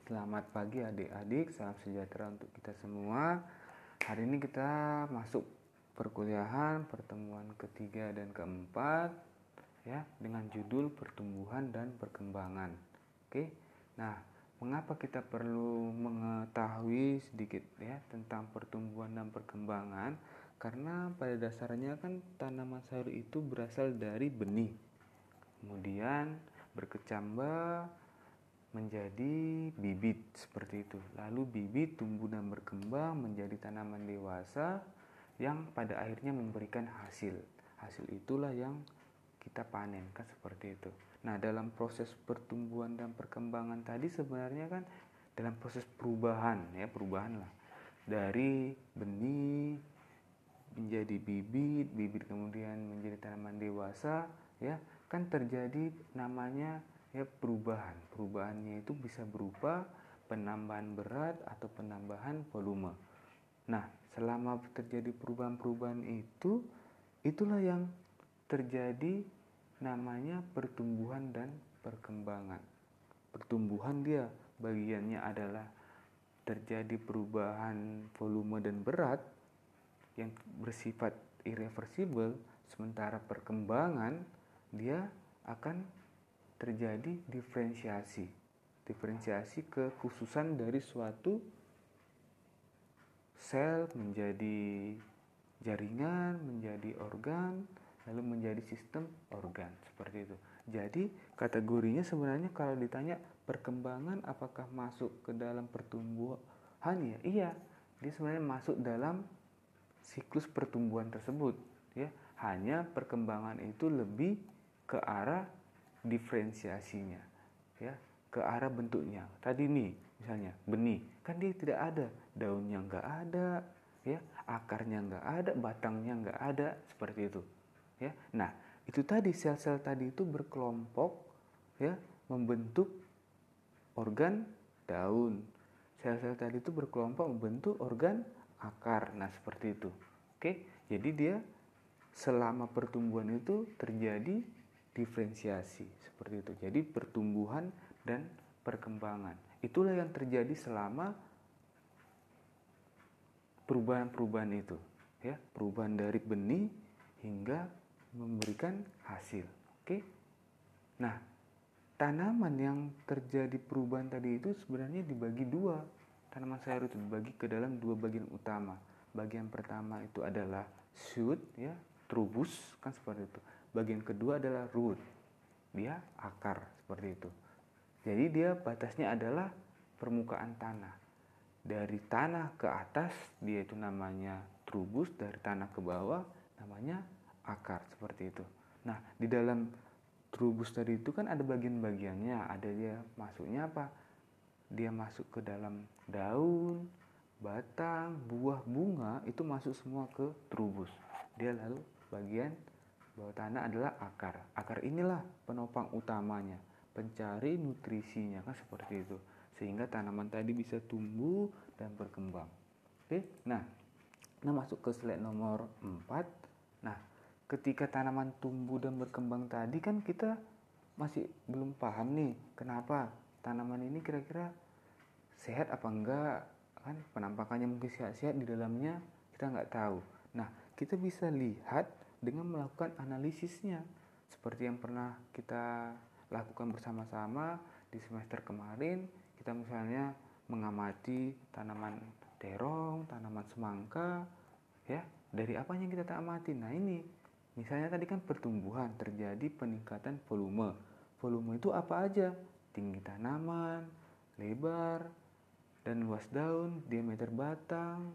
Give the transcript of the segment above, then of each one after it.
Selamat pagi adik-adik, salam sejahtera untuk kita semua. Hari ini kita masuk perkuliahan pertemuan ketiga dan keempat ya, dengan judul pertumbuhan dan perkembangan. Oke. Nah, mengapa kita perlu mengetahui sedikit ya tentang pertumbuhan dan perkembangan? Karena pada dasarnya kan tanaman sayur itu berasal dari benih. Kemudian berkecambah menjadi bibit seperti itu. Lalu bibit tumbuh dan berkembang menjadi tanaman dewasa yang pada akhirnya memberikan hasil. Hasil itulah yang kita panen kan seperti itu. Nah, dalam proses pertumbuhan dan perkembangan tadi sebenarnya kan dalam proses perubahan lah. Dari benih menjadi bibit, bibit kemudian menjadi tanaman dewasa ya, kan terjadi namanya ya perubahan. Perubahannya itu bisa berupa penambahan berat atau penambahan volume. Nah, selama terjadi perubahan-perubahan itu, itulah yang terjadi namanya pertumbuhan dan perkembangan. Pertumbuhan dia bagiannya adalah terjadi perubahan volume dan berat yang bersifat irreversibel, sementara perkembangan dia akan terjadi diferensiasi kekhususan dari suatu sel menjadi jaringan, menjadi organ, lalu menjadi sistem organ seperti itu. Jadi kategorinya sebenarnya kalau ditanya perkembangan apakah masuk ke dalam pertumbuhan ya? Iya, dia sebenarnya masuk dalam siklus pertumbuhan tersebut ya. Hanya perkembangan itu lebih ke arah diferensiasinya ya, ke arah bentuknya. Tadi nih misalnya benih, kan dia tidak ada, daunnya nggak ada ya, akarnya nggak ada, batangnya nggak ada, seperti itu ya. Nah, itu tadi sel-sel tadi itu berkelompok ya, membentuk organ daun. Sel-sel tadi itu berkelompok membentuk organ akar. Nah, seperti itu. Oke, jadi dia selama pertumbuhan itu terjadi diferensiasi seperti itu. Jadi pertumbuhan dan perkembangan. Itulah yang terjadi selama perubahan-perubahan itu, ya, perubahan dari benih hingga memberikan hasil. Oke. Nah, tanaman yang terjadi perubahan tadi itu sebenarnya dibagi dua. Tanaman sayur itu dibagi ke dalam dua bagian utama. Bagian pertama itu adalah shoot ya, trubus kan seperti itu. Bagian kedua adalah root. Dia akar seperti itu. Jadi dia batasnya adalah permukaan tanah. Dari tanah ke atas dia itu namanya trubus, dari tanah ke bawah namanya akar seperti itu. Nah, di dalam trubus tadi itu kan ada bagian-bagiannya, ada dia masuknya apa? Dia masuk ke dalam daun, batang, buah, bunga, itu masuk semua ke trubus. Dia lalu bagian bawah tanah adalah akar. Akar inilah penopang utamanya, pencari nutrisinya kan seperti itu. Sehingga tanaman tadi bisa tumbuh dan berkembang. Oke, nah masuk ke slide nomor 4. Nah, ketika tanaman tumbuh dan berkembang tadi kan kita masih belum paham nih kenapa tanaman ini kira-kira sehat apa enggak, kan penampakannya mungkin sehat-sehat, di dalamnya kita nggak tahu. Nah, kita bisa lihat dengan melakukan analisisnya seperti yang pernah kita lakukan bersama-sama di semester kemarin. Kita misalnya mengamati tanaman terong, tanaman semangka ya, dari apa yang kita amati. Nah, ini misalnya tadi kan pertumbuhan, terjadi peningkatan volume. Volume itu apa aja? Tinggi tanaman, lebar dan luas daun, diameter batang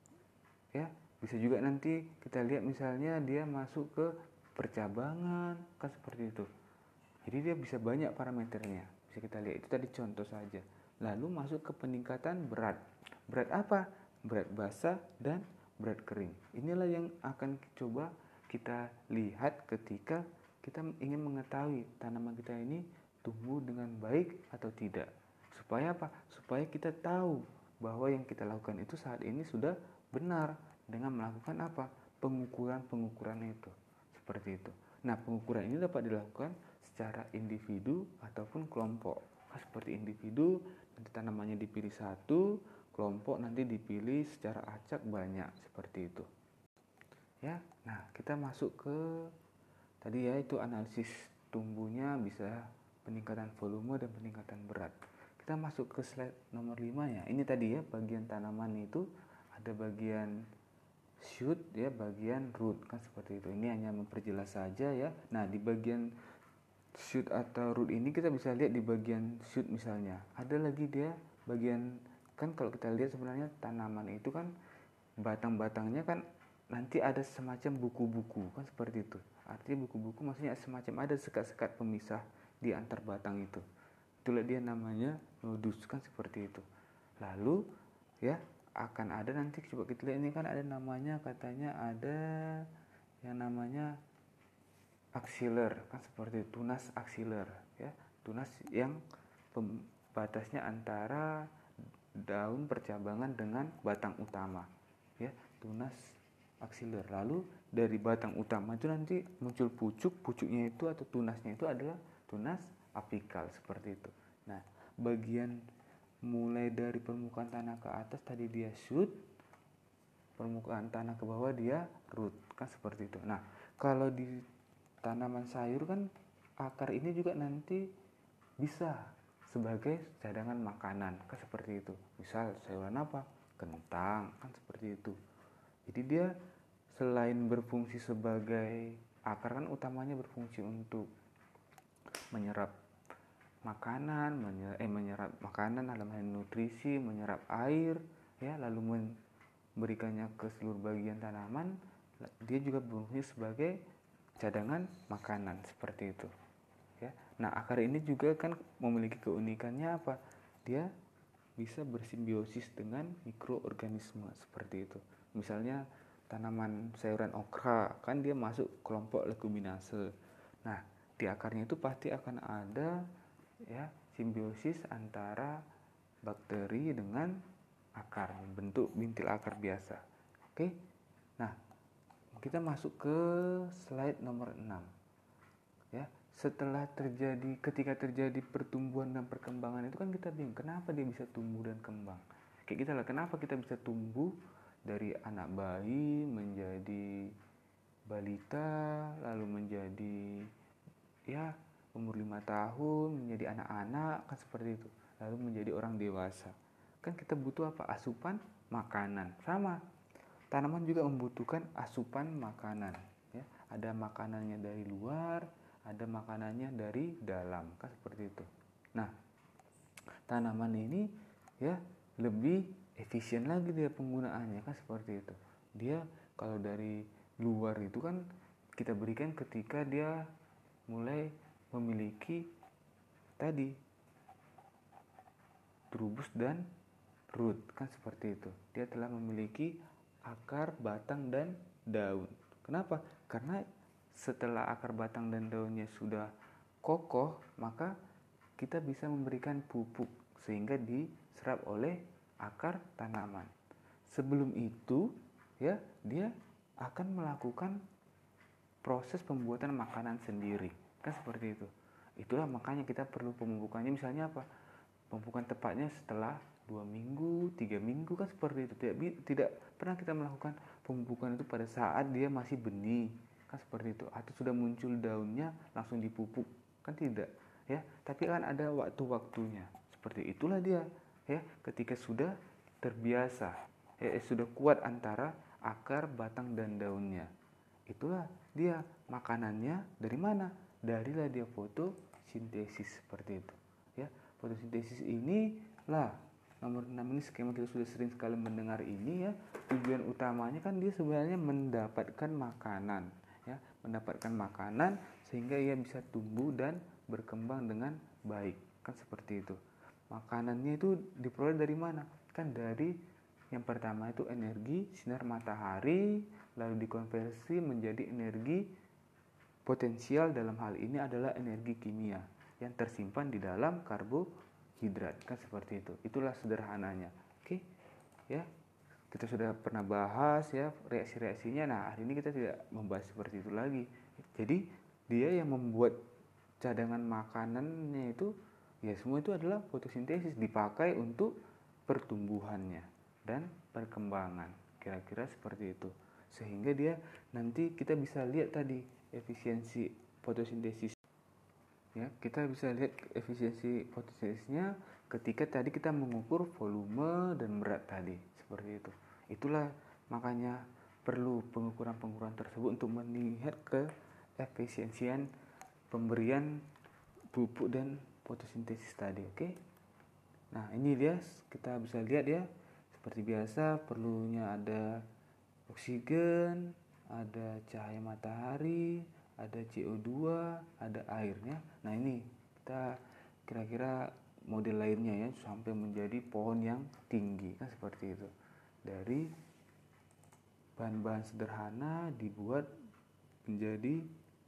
ya. Bisa juga nanti kita lihat misalnya dia masuk ke percabangan kan seperti itu. Jadi dia bisa banyak parameternya, bisa kita lihat. Itu tadi contoh saja. Lalu masuk ke peningkatan berat. Berat apa? Berat basah dan berat kering. Inilah yang akan coba kita lihat ketika kita ingin mengetahui tanaman kita ini tumbuh dengan baik atau tidak. Supaya apa? Supaya kita tahu bahwa yang kita lakukan itu saat ini sudah benar dengan melakukan apa? Pengukuran-pengukuran itu. Seperti itu. Nah, pengukuran ini dapat dilakukan secara individu ataupun kelompok. seperti individu, nanti tanamannya dipilih satu, kelompok nanti dipilih secara acak banyak seperti itu. Ya, nah kita masuk ke tadi ya, itu analisis tumbuhnya, bisa peningkatan volume dan peningkatan berat. Kita masuk ke slide nomor 5 ya. Ini tadi ya, bagian tanaman itu ada bagian shoot ya, bagian root kan seperti itu. Ini hanya memperjelas saja ya. Nah, di bagian shoot atau root ini kita bisa lihat di bagian shoot misalnya. Ada lagi dia bagian, kan kalau kita lihat sebenarnya tanaman itu kan batang-batangnya kan nanti ada semacam buku-buku kan seperti itu. Artinya buku-buku maksudnya semacam ada sekat-sekat pemisah di antar batang itu. Itulah dia namanya nodus kan seperti itu. Lalu ya akan ada nanti, coba kita lihat ini kan ada namanya, katanya ada yang namanya axiler kan seperti itu, tunas axiler ya. Tunas yang pembatasnya antara daun percabangan dengan batang utama ya, tunas axiler. Lalu dari batang utama itu nanti muncul pucuknya itu atau tunasnya itu adalah tunas apikal seperti itu. Nah, bagian mulai dari permukaan tanah ke atas tadi dia shoot, permukaan tanah ke bawah dia root kan seperti itu. Nah, kalau di tanaman sayur kan akar ini juga nanti bisa sebagai cadangan makanan kan seperti itu. Misal sayuran apa? Kentang kan seperti itu. Jadi dia selain berfungsi sebagai akar kan utamanya berfungsi untuk menyerap makanan, menyerap makanan dalam hal nutrisi, menyerap air ya, lalu memberikannya ke seluruh bagian tanaman. Dia juga berfungsi sebagai cadangan makanan seperti itu ya. Nah, akar ini juga kan memiliki keunikannya apa? Dia bisa bersimbiosis dengan mikroorganisme seperti itu. Misalnya tanaman sayuran okra kan dia masuk kelompok leguminosa. Nah, di akarnya itu pasti akan ada ya simbiosis antara bakteri dengan akar, membentuk bintil akar biasa. Oke. Nah, kita masuk ke slide nomor 6. Ya, ketika terjadi pertumbuhan dan perkembangan itu kan kita bingung kenapa dia bisa tumbuh dan kembang. Kayak kita lah, kenapa kita bisa tumbuh dari anak bayi menjadi balita, lalu menjadi ya umur 5 tahun, menjadi anak-anak kan seperti itu, lalu menjadi orang dewasa. Kan kita butuh apa? Asupan makanan. Sama, tanaman juga membutuhkan asupan makanan ya. Ada makanannya dari luar, ada makanannya dari dalam kan seperti itu. Nah, tanaman ini ya lebih efisien lagi dia penggunaannya kan seperti itu. Dia kalau dari luar itu kan kita berikan ketika dia mulai memiliki tadi trubus dan root kan seperti itu. Dia telah memiliki akar, batang dan daun. Kenapa? Karena setelah akar, batang dan daunnya sudah kokoh, maka kita bisa memberikan pupuk sehingga diserap oleh akar tanaman. Sebelum itu ya dia akan melakukan proses pembuatan makanan sendiri kan seperti itu. Itulah makanya kita perlu pemupukannya, misalnya apa? Pemupukan tepatnya setelah 2 minggu, 3 minggu kan seperti itu. Tidak pernah kita melakukan pemupukan itu pada saat dia masih benih kan seperti itu, atau sudah muncul daunnya langsung dipupuk kan tidak ya. Tapi kan ada waktu-waktunya seperti itulah dia ya. Ketika sudah terbiasa ya, sudah kuat antara akar, batang dan daunnya, itulah dia makanannya dari mana? Darilah dia fotosintesis seperti itu ya. Fotosintesis ini lah nomor 6 ini skema kita sudah sering sekali mendengar ini ya. Tujuan utamanya kan dia sebenarnya mendapatkan makanan ya, mendapatkan makanan sehingga ia bisa tumbuh dan berkembang dengan baik kan seperti itu. Makanannya itu diperoleh dari mana? Kan dari yang pertama itu energi sinar matahari, lalu dikonversi menjadi energi potensial, dalam hal ini adalah energi kimia yang tersimpan di dalam karbohidrat kan seperti itu. Itulah sederhananya. Oke ya, kita sudah pernah bahas ya reaksi-reaksinya. Nah, hari ini kita tidak membahas seperti itu lagi. Jadi dia yang membuat cadangan makanannya itu Ya semua itu adalah fotosintesis, dipakai untuk pertumbuhannya dan perkembangan, kira-kira seperti itu. Sehingga dia nanti kita bisa lihat tadi efisiensi fotosintesis. Ya, kita bisa lihat efisiensi fotosintesisnya ketika tadi kita mengukur volume dan berat tadi, seperti itu. Itulah makanya perlu pengukuran-pengukuran tersebut untuk melihat ke efisiensian pemberian pupuk dan fotosintesis tadi, oke? Nah, ini dia kita bisa lihat ya. Seperti biasa perlunya ada oksigen, ada cahaya matahari, ada CO2, ada airnya. Nah, ini kita kira-kira model lainnya ya sampai menjadi pohon yang tinggi kan seperti itu. Dari bahan-bahan sederhana dibuat menjadi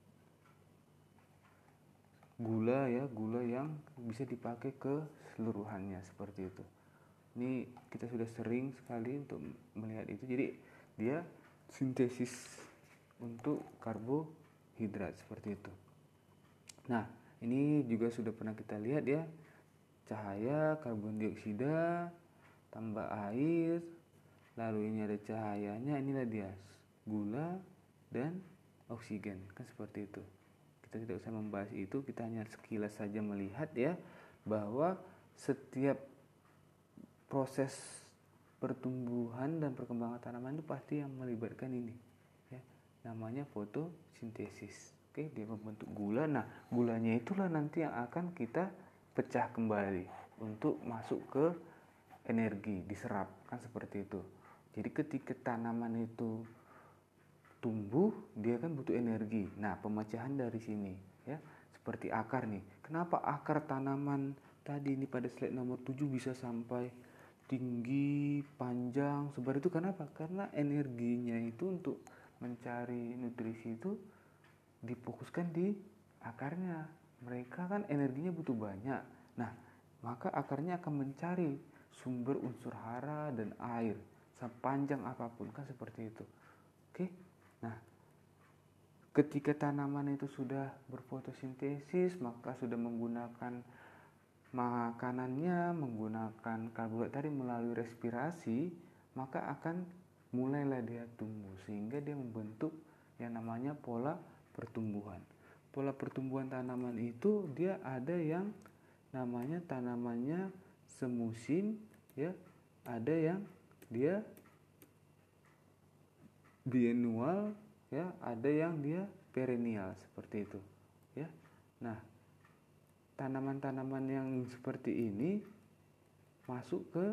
gula ya, gula yang bisa dipakai keseluruhannya seperti itu. Ini kita sudah sering sekali untuk melihat itu. Jadi dia sintesis untuk karbohidrat seperti itu. Nah, ini juga sudah pernah kita lihat ya. Cahaya, karbon dioksida, tambah air, lalu ini ada cahayanya, inilah dia gula dan oksigen kan seperti itu. Kita tidak usah membahas itu, kita hanya sekilas saja melihat ya bahwa setiap proses pertumbuhan dan perkembangan tanaman itu pasti yang melibatkan ini ya, namanya fotosintesis. Oke, dia membentuk gula. Nah, gulanya itulah nanti yang akan kita pecah kembali untuk masuk ke energi, diserap kan seperti itu. Jadi ketika tanaman itu tumbuh, dia kan butuh energi. Nah, pemecahan dari sini ya. Seperti akar nih. Kenapa akar tanaman tadi ini pada slide nomor 7 bisa sampai tinggi, panjang, sebar itu kenapa? Karena energinya itu untuk mencari nutrisi itu difokuskan di akarnya. Mereka kan energinya butuh banyak. Nah, maka akarnya akan mencari sumber unsur hara dan air sepanjang apapun kan seperti itu. Oke. Nah, ketika tanaman itu sudah berfotosintesis, maka sudah menggunakan makanannya, menggunakan karbohidrat tadi melalui respirasi, maka akan mulailah dia tumbuh sehingga dia membentuk yang namanya pola pertumbuhan. Pola pertumbuhan tanaman itu dia ada yang namanya tanamannya semusim ya, ada yang dia biennial ya, ada yang dia perennial seperti itu ya. Nah, tanaman-tanaman yang seperti ini masuk ke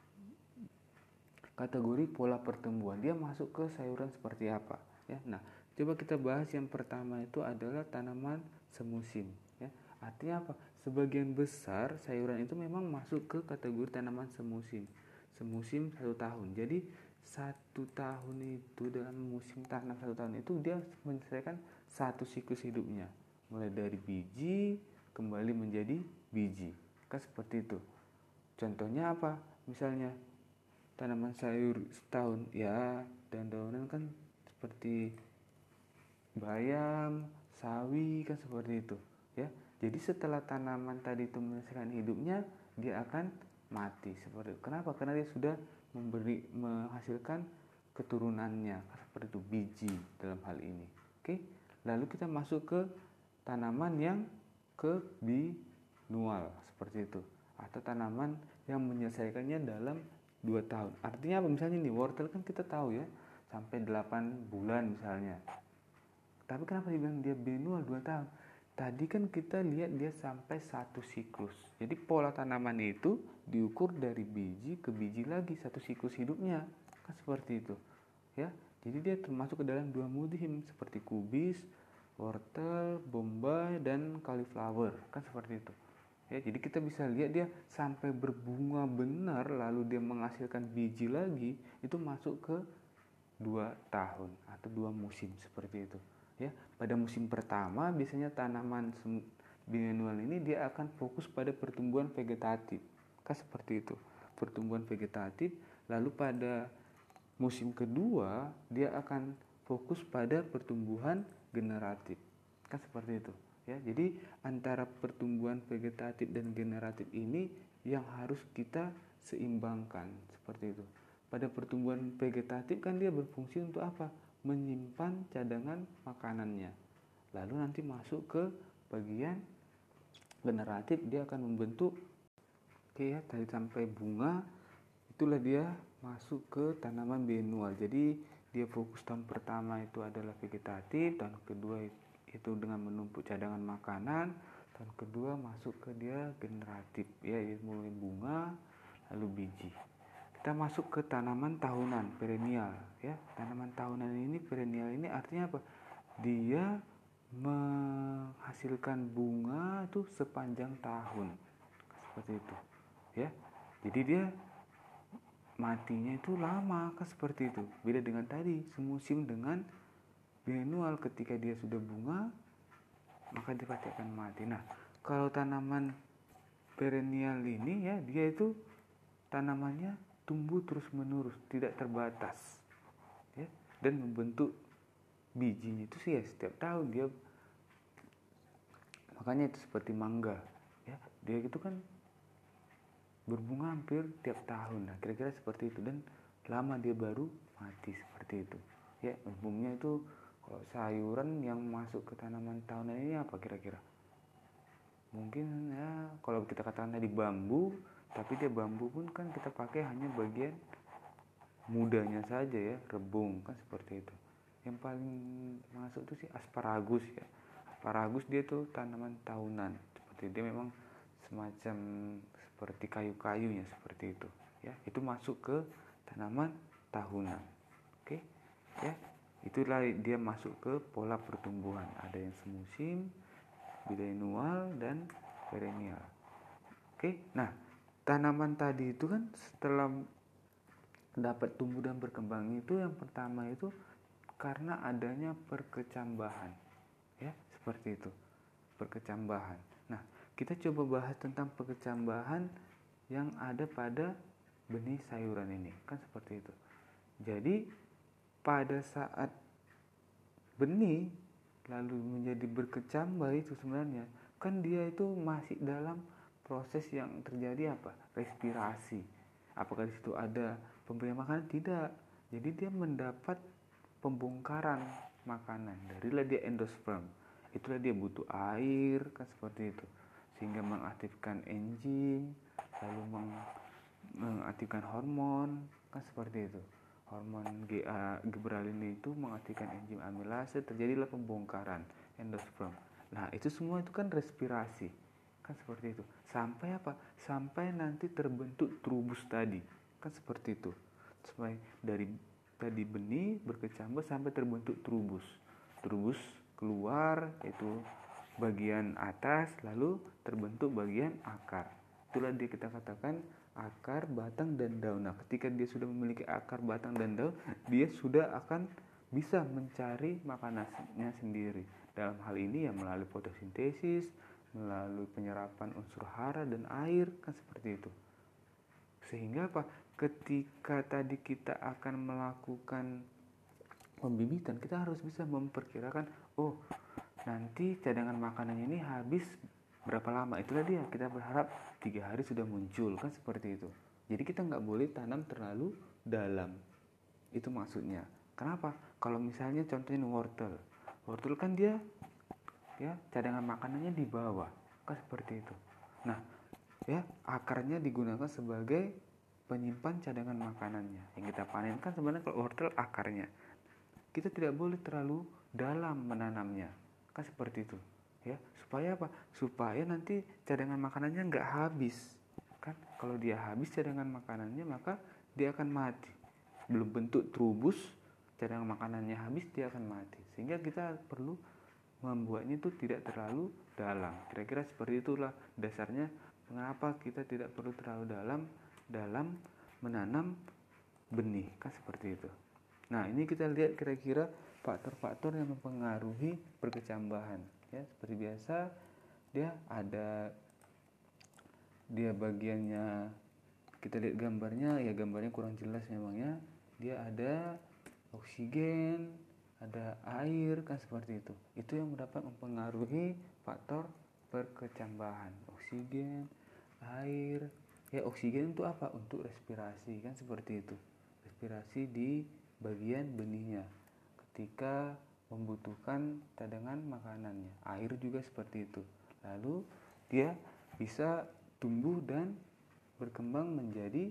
kategori pola pertumbuhan. Dia masuk ke sayuran seperti apa ya. Nah, coba kita bahas yang pertama itu adalah tanaman semusim ya. Artinya apa? Sebagian besar sayuran itu memang masuk ke kategori tanaman semusim. Semusim 1 tahun. Jadi 1 tahun itu dalam musim tanam 1 tahun itu dia menyelesaikan satu siklus hidupnya. Mulai dari biji kembali menjadi biji. Kan seperti itu. Contohnya apa? Misalnya tanaman sayur setahun ya, dan daunan kan seperti bayam, sawi kan seperti itu ya. Jadi setelah tanaman tadi itu menyelesaikan hidupnya, dia akan mati seperti itu. Kenapa? Karena dia sudah menghasilkan keturunannya seperti itu, biji dalam hal ini. Oke. Lalu kita masuk ke tanaman yang kebinual seperti itu, atau tanaman yang menyelesaikannya dalam 2 tahun. Artinya apa? Misalnya nih wortel kan kita tahu ya sampai 8 bulan misalnya. Tapi kenapa dibilang dia binual 2 tahun? Tadi kan kita lihat dia sampai satu siklus. Jadi pola tanaman itu diukur dari biji ke biji lagi, satu siklus hidupnya. Kan seperti itu. Ya. Jadi dia termasuk ke dalam 2 musim seperti kubis, wortel, bombay dan cauliflower. Kan seperti itu. Ya, jadi kita bisa lihat dia sampai berbunga benar lalu dia menghasilkan biji lagi, itu masuk ke 2 tahun atau 2 musim seperti itu. Ya, pada musim pertama biasanya tanaman biennial ini dia akan fokus pada pertumbuhan vegetatif. Kan seperti itu. Pertumbuhan vegetatif, lalu pada musim kedua dia akan fokus pada pertumbuhan generatif. Kan seperti itu. ya. Jadi antara pertumbuhan vegetatif dan generatif ini yang harus kita seimbangkan seperti itu. Pada pertumbuhan vegetatif kan dia berfungsi untuk apa? Menyimpan cadangan makanannya. Lalu nanti masuk ke bagian generatif, dia akan membentuk ya tadi sampai bunga, itulah dia masuk ke tanaman biennual. Jadi dia fokus tahun pertama itu adalah vegetatif, tahun kedua itu dengan menumpuk cadangan makanan, tahun kedua masuk ke dia generatif ya, mulai bunga lalu biji. Kita masuk ke tanaman tahunan perennial ya. Tanaman tahunan ini perennial ini artinya apa? Dia menghasilkan bunga itu sepanjang tahun seperti itu ya. Jadi dia matinya itu lama kan seperti itu. Beda dengan tadi semusim dengan biennual, ketika dia sudah bunga maka dia pasti akan mati. Nah, kalau tanaman perennial ini ya, dia itu tanamannya tumbuh terus menerus, tidak terbatas ya, dan membentuk bijinya itu sih ya setiap tahun dia. Makanya itu seperti mangga ya, dia itu kan berbunga hampir tiap tahun. Nah, kira-kira seperti itu, dan lama dia baru mati seperti itu ya. Umumnya itu kalau sayuran yang masuk ke tanaman tahunan ini apa kira-kira? Mungkin ya kalau kita katakan tadi bambu, tapi dia bambu pun kan kita pakai hanya bagian mudanya saja ya, rebung kan seperti itu. Yang paling masuk itu sih asparagus ya. Asparagus dia tuh tanaman tahunan, seperti dia memang semacam seperti kayu-kayunya seperti itu ya. Itu masuk ke tanaman tahunan. Oke ya, itulah dia masuk ke pola pertumbuhan. Ada yang semusim, biennual, dan perennial. Oke, nah tanaman tadi itu kan setelah dapat tumbuh dan berkembang itu yang pertama itu karena adanya perkecambahan ya, seperti itu, perkecambahan. Nah, kita coba bahas tentang perkecambahan yang ada pada benih sayuran ini kan seperti itu. Jadi pada saat benih lalu menjadi berkecambah itu sebenarnya kan dia itu masih dalam proses yang terjadi apa? Respirasi. Apakah di situ ada pemberian makanan? Tidak. Jadi dia mendapat pembongkaran makanan. Darilah dia endosperm. Itulah dia butuh air kan seperti itu. Sehingga mengaktifkan enzim, lalu mengaktifkan hormon kan seperti itu. Hormon giberalin itu mengaktifkan enzim amilase, terjadilah pembongkaran endosperm. Nah, itu semua itu kan respirasi. Kan seperti itu. Sampai apa? Sampai nanti terbentuk trubus tadi. Kan seperti itu. Sampai dari tadi benih berkecambah sampai terbentuk trubus. Trubus keluar itu bagian atas, lalu terbentuk bagian akar. Itulah dia kita katakan akar, batang, dan daun. Nah, ketika dia sudah memiliki akar, batang, dan daun, dia sudah akan bisa mencari makanannya sendiri. Dalam hal ini ya melalui fotosintesis, melalui penyerapan unsur hara dan air, kan seperti itu. Sehingga apa? Ketika tadi kita akan melakukan pembibitan, kita harus bisa memperkirakan, oh nanti cadangan makanannya ini habis berapa lama. Itulah dia, kita berharap 3 hari sudah muncul, kan seperti itu. Jadi kita nggak boleh tanam terlalu dalam, itu maksudnya. Kenapa? Kalau misalnya contohnya wortel kan dia ya cadangan makanannya di bawah, kan seperti itu. Nah ya, akarnya digunakan sebagai penyimpan cadangan makanannya yang kita panen. Kan sebenarnya kalau wortel akarnya, kita tidak boleh terlalu dalam menanamnya, kan seperti itu ya. Supaya apa? Supaya nanti cadangan makanannya nggak habis kan. Kalau dia habis cadangan makanannya, maka dia akan mati. Belum bentuk trubus, cadangan makanannya habis, dia akan mati. Sehingga kita perlu membuatnya itu tidak terlalu dalam. Kira-kira seperti itulah dasarnya mengapa kita tidak perlu terlalu dalam menanam benih, kan seperti itu. Nah, ini kita lihat kira-kira faktor-faktor yang mempengaruhi perkecambahan ya. Seperti biasa, dia bagiannya, kita lihat gambarnya ya, gambarnya kurang jelas memangnya. Dia ada oksigen, ada air, kan seperti itu. Itu yang dapat mempengaruhi faktor perkecambahan. Oksigen, air. Ya, oksigen itu apa? Untuk respirasi, kan seperti itu. Respirasi di bagian benihnya ketika membutuhkan cadangan makanannya. Air juga seperti itu. Lalu dia bisa tumbuh dan berkembang menjadi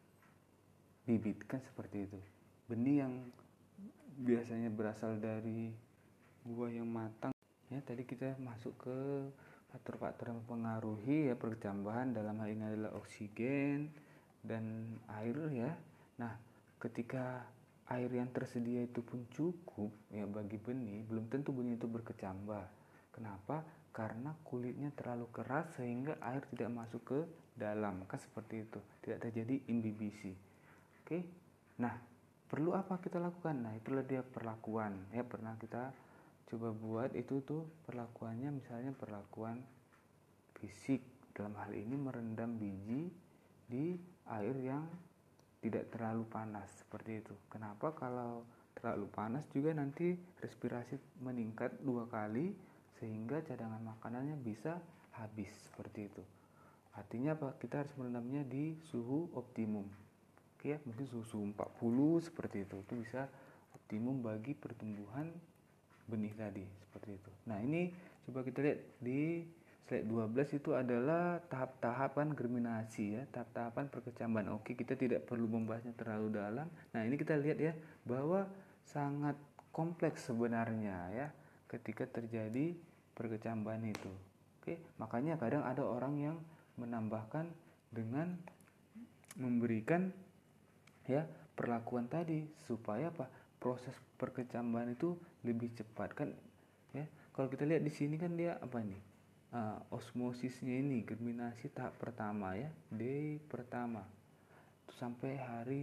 bibit, kan seperti itu. Benih yang biasanya berasal dari buah yang matang. Ya, tadi kita masuk ke faktor-faktor yang mempengaruhi ya perkecambahan, dalam hal ini adalah oksigen dan air ya. Nah, ketika air yang tersedia itu pun cukup ya bagi benih, belum tentu benih itu berkecambah. Kenapa? Karena kulitnya terlalu keras sehingga air tidak masuk ke dalam, kan seperti itu. Tidak terjadi imbibisi. Oke. Nah, perlu apa kita lakukan? Nah, itulah dia perlakuan. Ya, pernah kita coba buat itu tuh perlakuannya, misalnya perlakuan fisik. Dalam hal ini merendam biji di air yang tidak terlalu panas, seperti itu. Kenapa? Kalau terlalu panas juga nanti respirasi meningkat 2 kali sehingga cadangan makanannya bisa habis, seperti itu. Artinya apa? Kita harus merendamnya di suhu optimum. Oke ya, mungkin suhu 40 seperti itu. Itu bisa optimum bagi pertumbuhan benih tadi, seperti itu. Nah, ini coba kita lihat di slide 12, itu adalah tahap-tahapan germinasi ya, tahap-tahapan perkecambahan. Oke, kita tidak perlu membahasnya terlalu dalam. Nah, ini kita lihat ya bahwa sangat kompleks sebenarnya ya ketika terjadi perkecambahan itu. Oke, makanya kadang ada orang yang menambahkan dengan memberikan ya perlakuan tadi supaya apa? Proses perkecambahan itu lebih cepat, kan ya. Kalau kita lihat di sini kan dia apa nih? Osmosisnya ini germinasi tahap pertama ya, D pertama. Itu sampai hari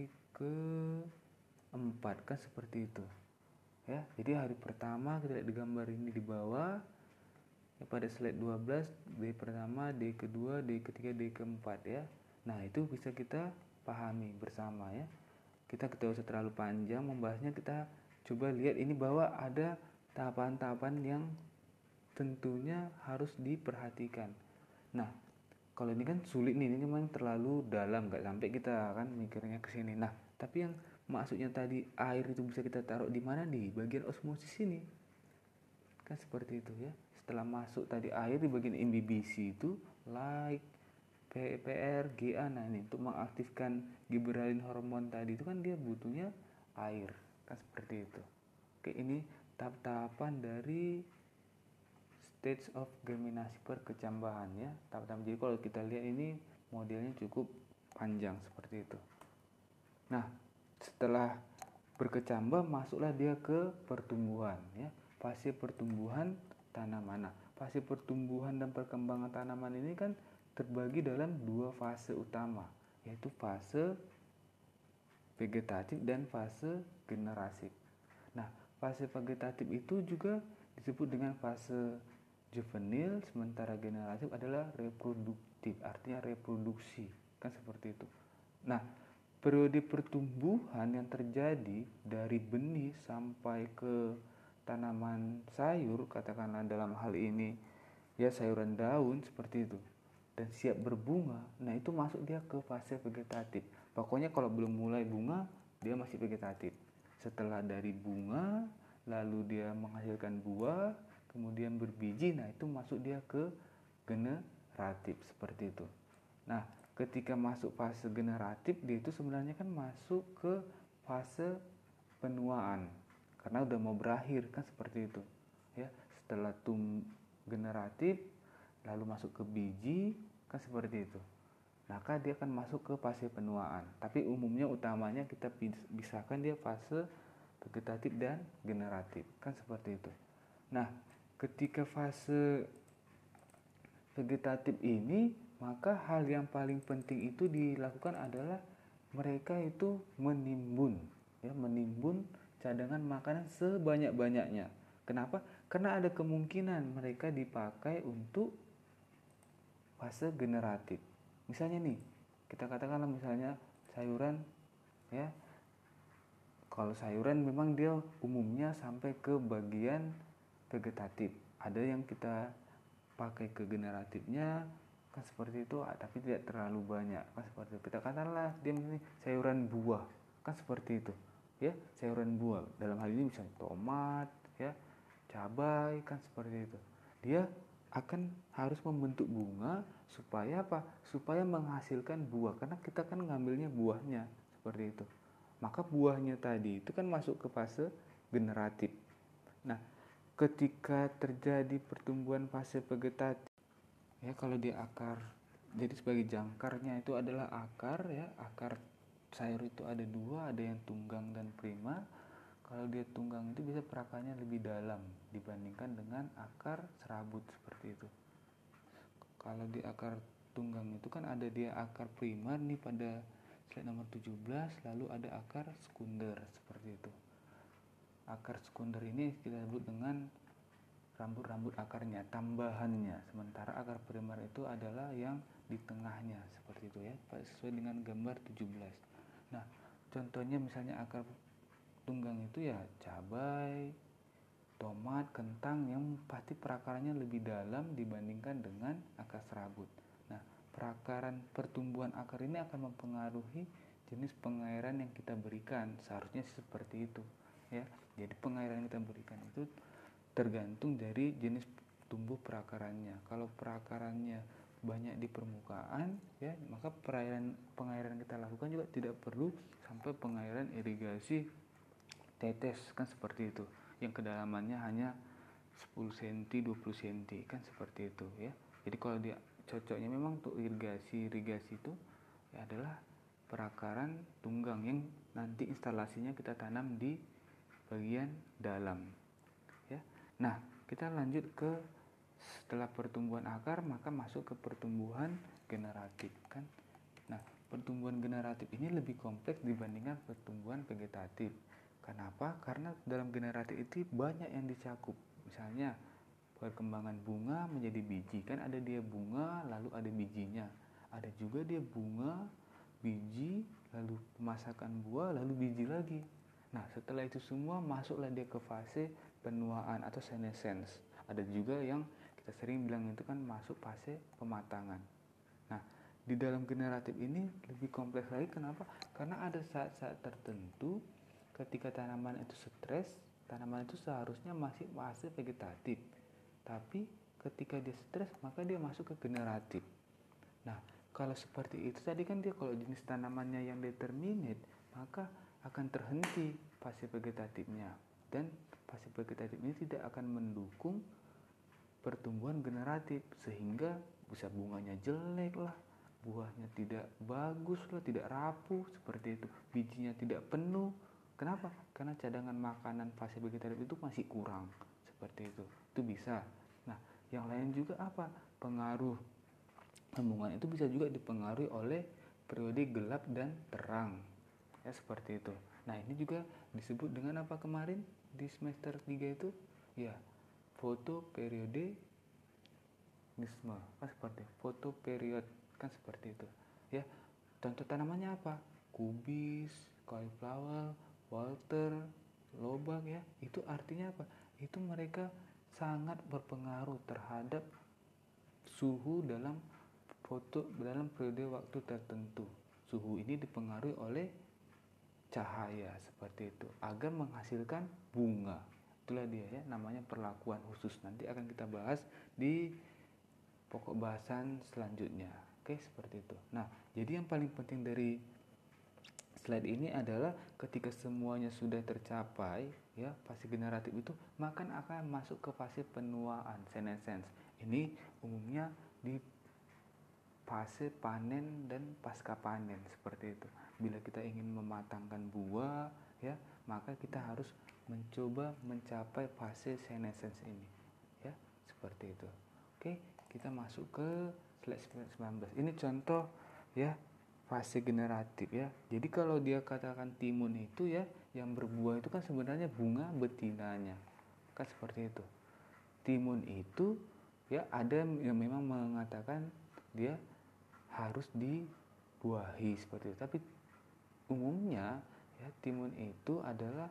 ke-4 kan seperti itu. Ya, jadi hari pertama kita lihat di gambar ini di bawah. Ya, pada slide 12 D pertama, D kedua, D ketiga, D keempat ya. Nah, itu bisa kita pahami bersama ya. Kita tidak usah terlalu panjang membahasnya, kita coba lihat ini bahwa ada tahapan-tahapan yang tentunya harus diperhatikan. Nah, kalau ini kan sulit nih, ini memang terlalu dalam, nggak sampai kita kan mikirnya ke sini. Nah, tapi yang maksudnya tadi air itu bisa kita taruh di mana? Di bagian osmosis ini. Kan seperti itu ya. Setelah masuk tadi air di bagian imbibisi itu like PPR, GA. Nah, ini untuk mengaktifkan gibberellin hormon tadi itu kan dia butuhnya air, kan seperti itu. Oke, ini tahap-tahapan dari stage of germinasi perkecambahan ya. Tahap-tahap. Jadi kalau kita lihat ini modelnya cukup panjang seperti itu. Nah, setelah berkecambah masuklah dia ke pertumbuhan ya. Fase pertumbuhan tanaman. Nah, fase pertumbuhan dan perkembangan tanaman ini kan terbagi dalam 2 fase utama, yaitu fase vegetatif dan fase generasi. Nah, fase vegetatif itu juga disebut dengan fase juvenil, sementara generatif adalah reproduktif, artinya reproduksi, kan seperti itu. Nah, periode pertumbuhan yang terjadi dari benih sampai ke tanaman sayur, katakanlah dalam hal ini ya sayuran daun seperti itu, dan siap berbunga. Nah, itu masuk dia ke fase vegetatif. Pokoknya kalau belum mulai bunga dia masih vegetatif. Setelah dari bunga lalu dia menghasilkan buah, kemudian berbiji, nah itu masuk dia ke generatif seperti itu. Nah, ketika masuk fase generatif dia itu sebenarnya kan masuk ke fase penuaan karena udah mau berakhir, kan seperti itu ya. Setelah generatif lalu masuk ke biji, kan seperti itu. Maka dia akan masuk ke fase penuaan. Tapi umumnya utamanya kita pisahkan dia fase vegetatif dan generatif, kan seperti itu. Nah, ketika fase vegetatif ini, maka hal yang paling penting itu dilakukan adalah mereka itu menimbun ya, menimbun cadangan makanan sebanyak-banyaknya. Kenapa? Karena ada kemungkinan mereka dipakai untuk fase generatif. Misalnya nih, kita katakanlah misalnya sayuran ya, Kalau sayuran memang dia umumnya sampai ke bagian vegetatif. Ada yang kita pakai ke generatifnya kan seperti itu, tapi tidak terlalu banyak kan seperti itu. Kita katakanlah dia ini sayuran buah kan seperti itu ya, sayuran buah dalam hal ini misalnya tomat ya, cabai kan seperti itu. Dia akan harus membentuk bunga supaya apa? Supaya menghasilkan buah, karena kita kan ngambilnya buahnya seperti itu. Maka buahnya tadi itu kan masuk ke fase generatif. Nah, ketika terjadi pertumbuhan fase vegetatif ya, kalau di akar, jadi sebagai jangkarnya itu adalah akar ya, akar sayur itu ada dua, ada yang tunggang dan prima. Kalau dia tunggang itu bisa perakarnya lebih dalam dibandingkan dengan akar serabut seperti itu. Kalau di akar tunggang itu kan ada dia akar primer nih pada slide nomor 17, lalu ada akar sekunder seperti itu. Akar sekunder ini kita sebut dengan rambut-rambut akarnya, tambahannya. Sementara akar primer itu adalah yang di tengahnya seperti itu ya, sesuai dengan gambar 17. Nah, contohnya misalnya akar tunggang itu ya cabai, tomat, kentang yang pasti perakarannya lebih dalam dibandingkan dengan akar serabut. Nah, perakaran pertumbuhan akar ini akan mempengaruhi jenis pengairan yang kita berikan. Seharusnya seperti itu ya. Jadi pengairan yang kita berikan itu tergantung dari jenis tumbuh perakarannya. Kalau perakarannya banyak di permukaan ya, maka pengairan kita lakukan juga tidak perlu sampai pengairan irigasi tetes kan seperti itu, yang kedalamannya hanya 10 cm 20 cm kan seperti itu ya. Jadi kalau dia cocoknya memang untuk irigasi itu ya adalah perakaran tunggang yang nanti instalasinya kita tanam di bagian dalam ya. Nah, kita lanjut ke setelah pertumbuhan akar maka masuk ke pertumbuhan generatif kan. Nah, pertumbuhan generatif ini lebih kompleks dibandingkan pertumbuhan vegetatif. Kenapa? Karena dalam generatif itu banyak yang dicakup. Misalnya perkembangan bunga menjadi biji, kan ada dia bunga lalu ada bijinya. Ada juga dia bunga, biji, lalu pemasakan buah, lalu biji lagi. Nah, setelah itu semua masuklah dia ke fase penuaan atau senescence. Ada juga yang kita sering bilang itu kan masuk fase pematangan. Nah, di dalam generatif ini lebih kompleks lagi. Kenapa? Karena ada saat-saat tertentu ketika tanaman itu stres, tanaman itu seharusnya masih fase vegetatif. Tapi ketika dia stres, maka dia masuk ke generatif. Nah, kalau seperti itu tadi kan dia kalau jenis tanamannya yang determinate, maka akan terhenti fase vegetatifnya. Dan fase vegetatif ini tidak akan mendukung pertumbuhan generatif, sehingga bisa bunganya jelek lah, buahnya tidak bagus lah, tidak rapuh seperti itu, bijinya tidak penuh. Kenapa? Karena cadangan makanan fase vegetatif itu masih kurang seperti itu. Itu bisa. Nah, yang lain juga apa? Pengaruh hubungan itu bisa juga dipengaruhi oleh periode gelap dan terang. Ya, seperti itu. Nah, ini juga disebut dengan apa kemarin di semester 3 itu? Ya, fotoperiodisme kan seperti fotoperiod kan seperti itu ya. Contoh tanamannya apa? Kubis, cauliflower, Walter, lobak ya. Itu artinya apa? Itu mereka sangat berpengaruh terhadap suhu dalam periode waktu tertentu. Suhu ini dipengaruhi oleh cahaya seperti itu agar menghasilkan bunga. Itulah dia ya, namanya perlakuan khusus. Nanti akan kita bahas di pokok bahasan selanjutnya. Oke, seperti itu. Nah, jadi yang paling penting dari slide ini adalah ketika semuanya sudah tercapai ya, fase generatif itu, maka akan masuk ke fase penuaan, senescence. Ini umumnya di fase panen dan pasca panen seperti itu. Bila kita ingin mematangkan buah ya, maka kita harus mencoba mencapai fase senescence ini ya, seperti itu. Oke, kita masuk ke slide 19. Ini contoh ya fase generatif ya. Jadi kalau dia katakan timun itu ya, yang berbuah itu kan sebenarnya bunga betinanya. Kan seperti itu. Timun itu ya, ada yang memang mengatakan dia harus dibuahi seperti itu. Tapi umumnya ya ya, timun itu adalah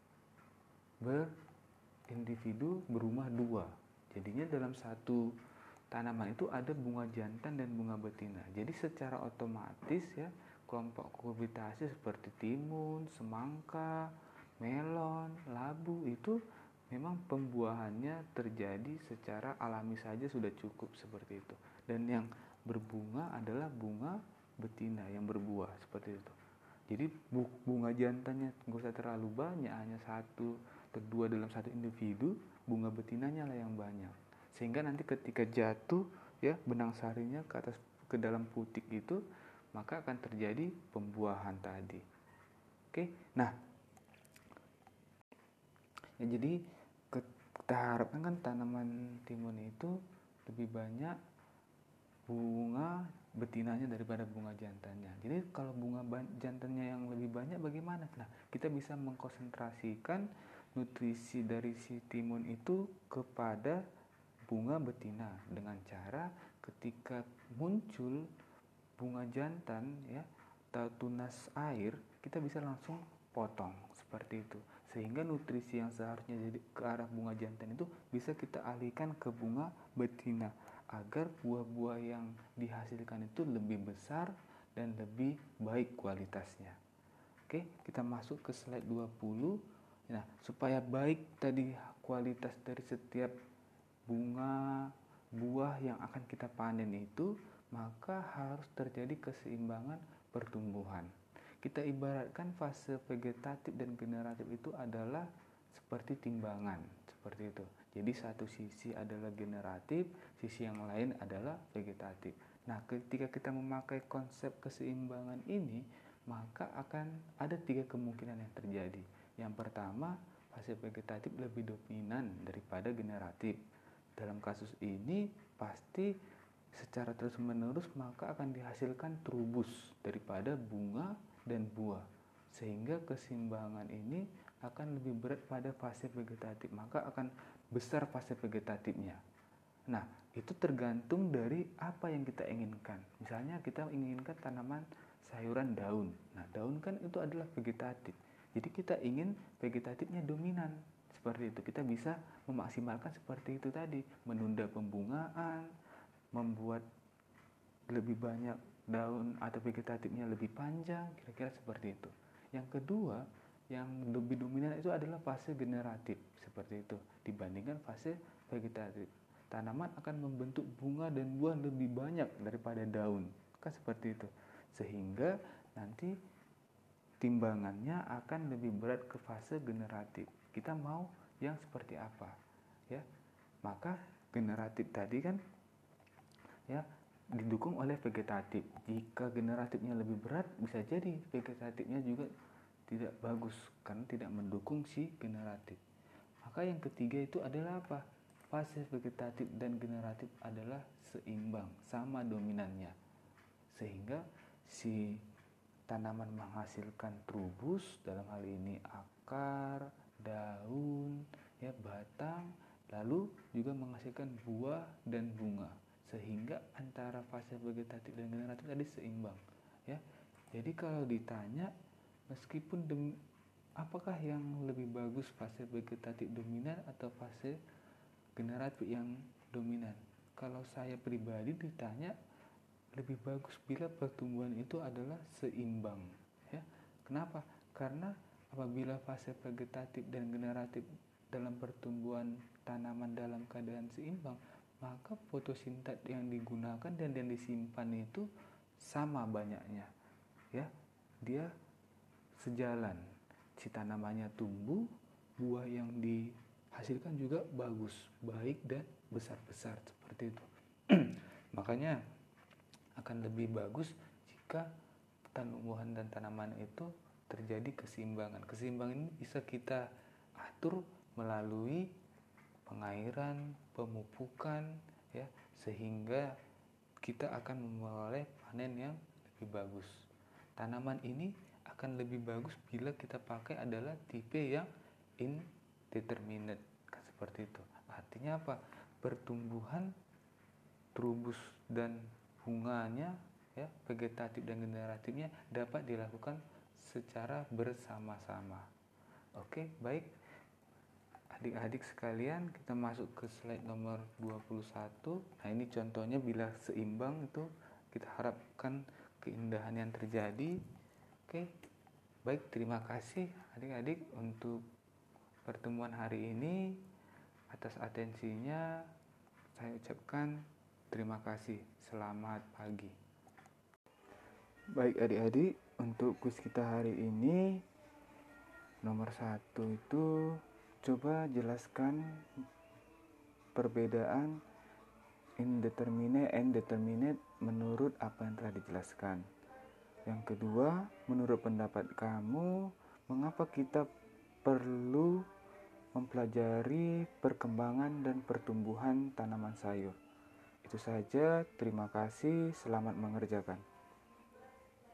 berindividu berumah dua. Jadinya dalam satu tanaman itu ada bunga jantan dan bunga betina. Jadi secara otomatis ya, kelompok kukurbitacea seperti timun, semangka, melon, labu itu memang pembuahannya terjadi secara alami saja sudah cukup seperti itu. Dan yang berbunga adalah bunga betina yang berbuah seperti itu. Jadi bunga jantannya nggak usah terlalu banyak, hanya satu atau dua dalam satu individu, bunga betinanya lah yang banyak. Sehingga nanti ketika jatuh ya benang sarinya ke atas ke dalam putik itu, maka akan terjadi pembuahan tadi. Oke, nah ya, jadi kita harapkan kan tanaman timun itu lebih banyak bunga betinanya daripada bunga jantannya. Jadi kalau bunga jantannya yang lebih banyak bagaimana? Nah, kita bisa mengkonsentrasikan nutrisi dari si timun itu kepada bunga betina dengan cara ketika muncul bunga jantan ya atau tunas air, kita bisa langsung potong seperti itu. Sehingga nutrisi yang seharusnya jadi ke arah bunga jantan itu bisa kita alihkan ke bunga betina agar buah-buah yang dihasilkan itu lebih besar dan lebih baik kualitasnya. Oke, kita masuk ke slide 20. Nah, supaya baik tadi kualitas dari setiap bunga buah yang akan kita panen itu, maka harus terjadi keseimbangan pertumbuhan. Kita ibaratkan fase vegetatif dan generatif itu adalah seperti timbangan, seperti itu. Jadi satu sisi adalah generatif, sisi yang lain adalah vegetatif. Nah, ketika kita memakai konsep keseimbangan ini, maka akan ada 3 kemungkinan yang terjadi. Yang pertama, fase vegetatif lebih dominan daripada generatif. Dalam kasus ini pasti secara terus-menerus maka akan dihasilkan trubus daripada bunga dan buah, sehingga keseimbangan ini akan lebih berat pada fase vegetatif, maka akan besar fase vegetatifnya. Nah, itu tergantung dari apa yang kita inginkan. Misalnya kita inginkan tanaman sayuran daun. Nah, daun kan itu adalah vegetatif. Jadi kita ingin vegetatifnya dominan. Seperti itu, kita bisa memaksimalkan seperti itu tadi, menunda pembungaan, membuat lebih banyak daun atau vegetatifnya lebih panjang, kira-kira seperti itu. Yang kedua, yang lebih dominan itu adalah fase generatif, seperti itu, dibandingkan fase vegetatif. Tanaman akan membentuk bunga dan buah lebih banyak daripada daun, kan seperti itu. Sehingga nanti timbangannya akan lebih berat ke fase generatif. Kita mau yang seperti apa, ya? Maka generatif tadi kan ya didukung oleh vegetatif. Jika generatifnya lebih berat, bisa jadi vegetatifnya juga tidak bagus karena tidak mendukung si generatif. Maka yang ketiga itu adalah apa? Fase vegetatif dan generatif adalah seimbang, sama dominannya. Sehingga si tanaman menghasilkan trubus, dalam hal ini akar, daun, ya batang, lalu juga menghasilkan buah dan bunga. Sehingga antara fase vegetatif dan generatif tadi seimbang, ya. Jadi kalau ditanya meskipun apakah yang lebih bagus fase vegetatif dominan atau fase generatif yang dominan? Kalau saya pribadi ditanya, lebih bagus bila pertumbuhan itu adalah seimbang, ya. Kenapa? Karena apabila fase vegetatif dan generatif dalam pertumbuhan tanaman dalam keadaan seimbang, maka fotosintat yang digunakan dan yang disimpan itu sama banyaknya, ya. Dia sejalan, si tanamannya tumbuh, buah yang dihasilkan juga bagus, baik dan besar-besar seperti itu. Makanya akan lebih bagus jika tumbuhan dan tanaman itu terjadi keseimbangan. Keseimbangan ini bisa kita atur melalui pengairan, pemupukan, ya, sehingga kita akan memperoleh panen yang lebih bagus. Tanaman ini akan lebih bagus bila kita pakai adalah tipe yang indeterminate, seperti itu. Artinya apa? Pertumbuhan trubus dan bunganya, ya, vegetatif dan generatifnya dapat dilakukan secara bersama-sama. Oke, baik. Adik-adik sekalian, kita masuk ke slide nomor 21. Nah, ini contohnya bila seimbang itu kita harapkan keindahan yang terjadi. Oke. Baik, terima kasih adik-adik untuk pertemuan hari ini. Atas atensinya saya ucapkan terima kasih. Selamat pagi. Baik adik-adik, untuk kuis kita hari ini nomor 1 itu coba jelaskan perbedaan indeterminate and determinate menurut apa yang telah dijelaskan. Yang kedua, menurut pendapat kamu, mengapa kita perlu mempelajari perkembangan dan pertumbuhan tanaman sayur? Itu saja, terima kasih, selamat mengerjakan.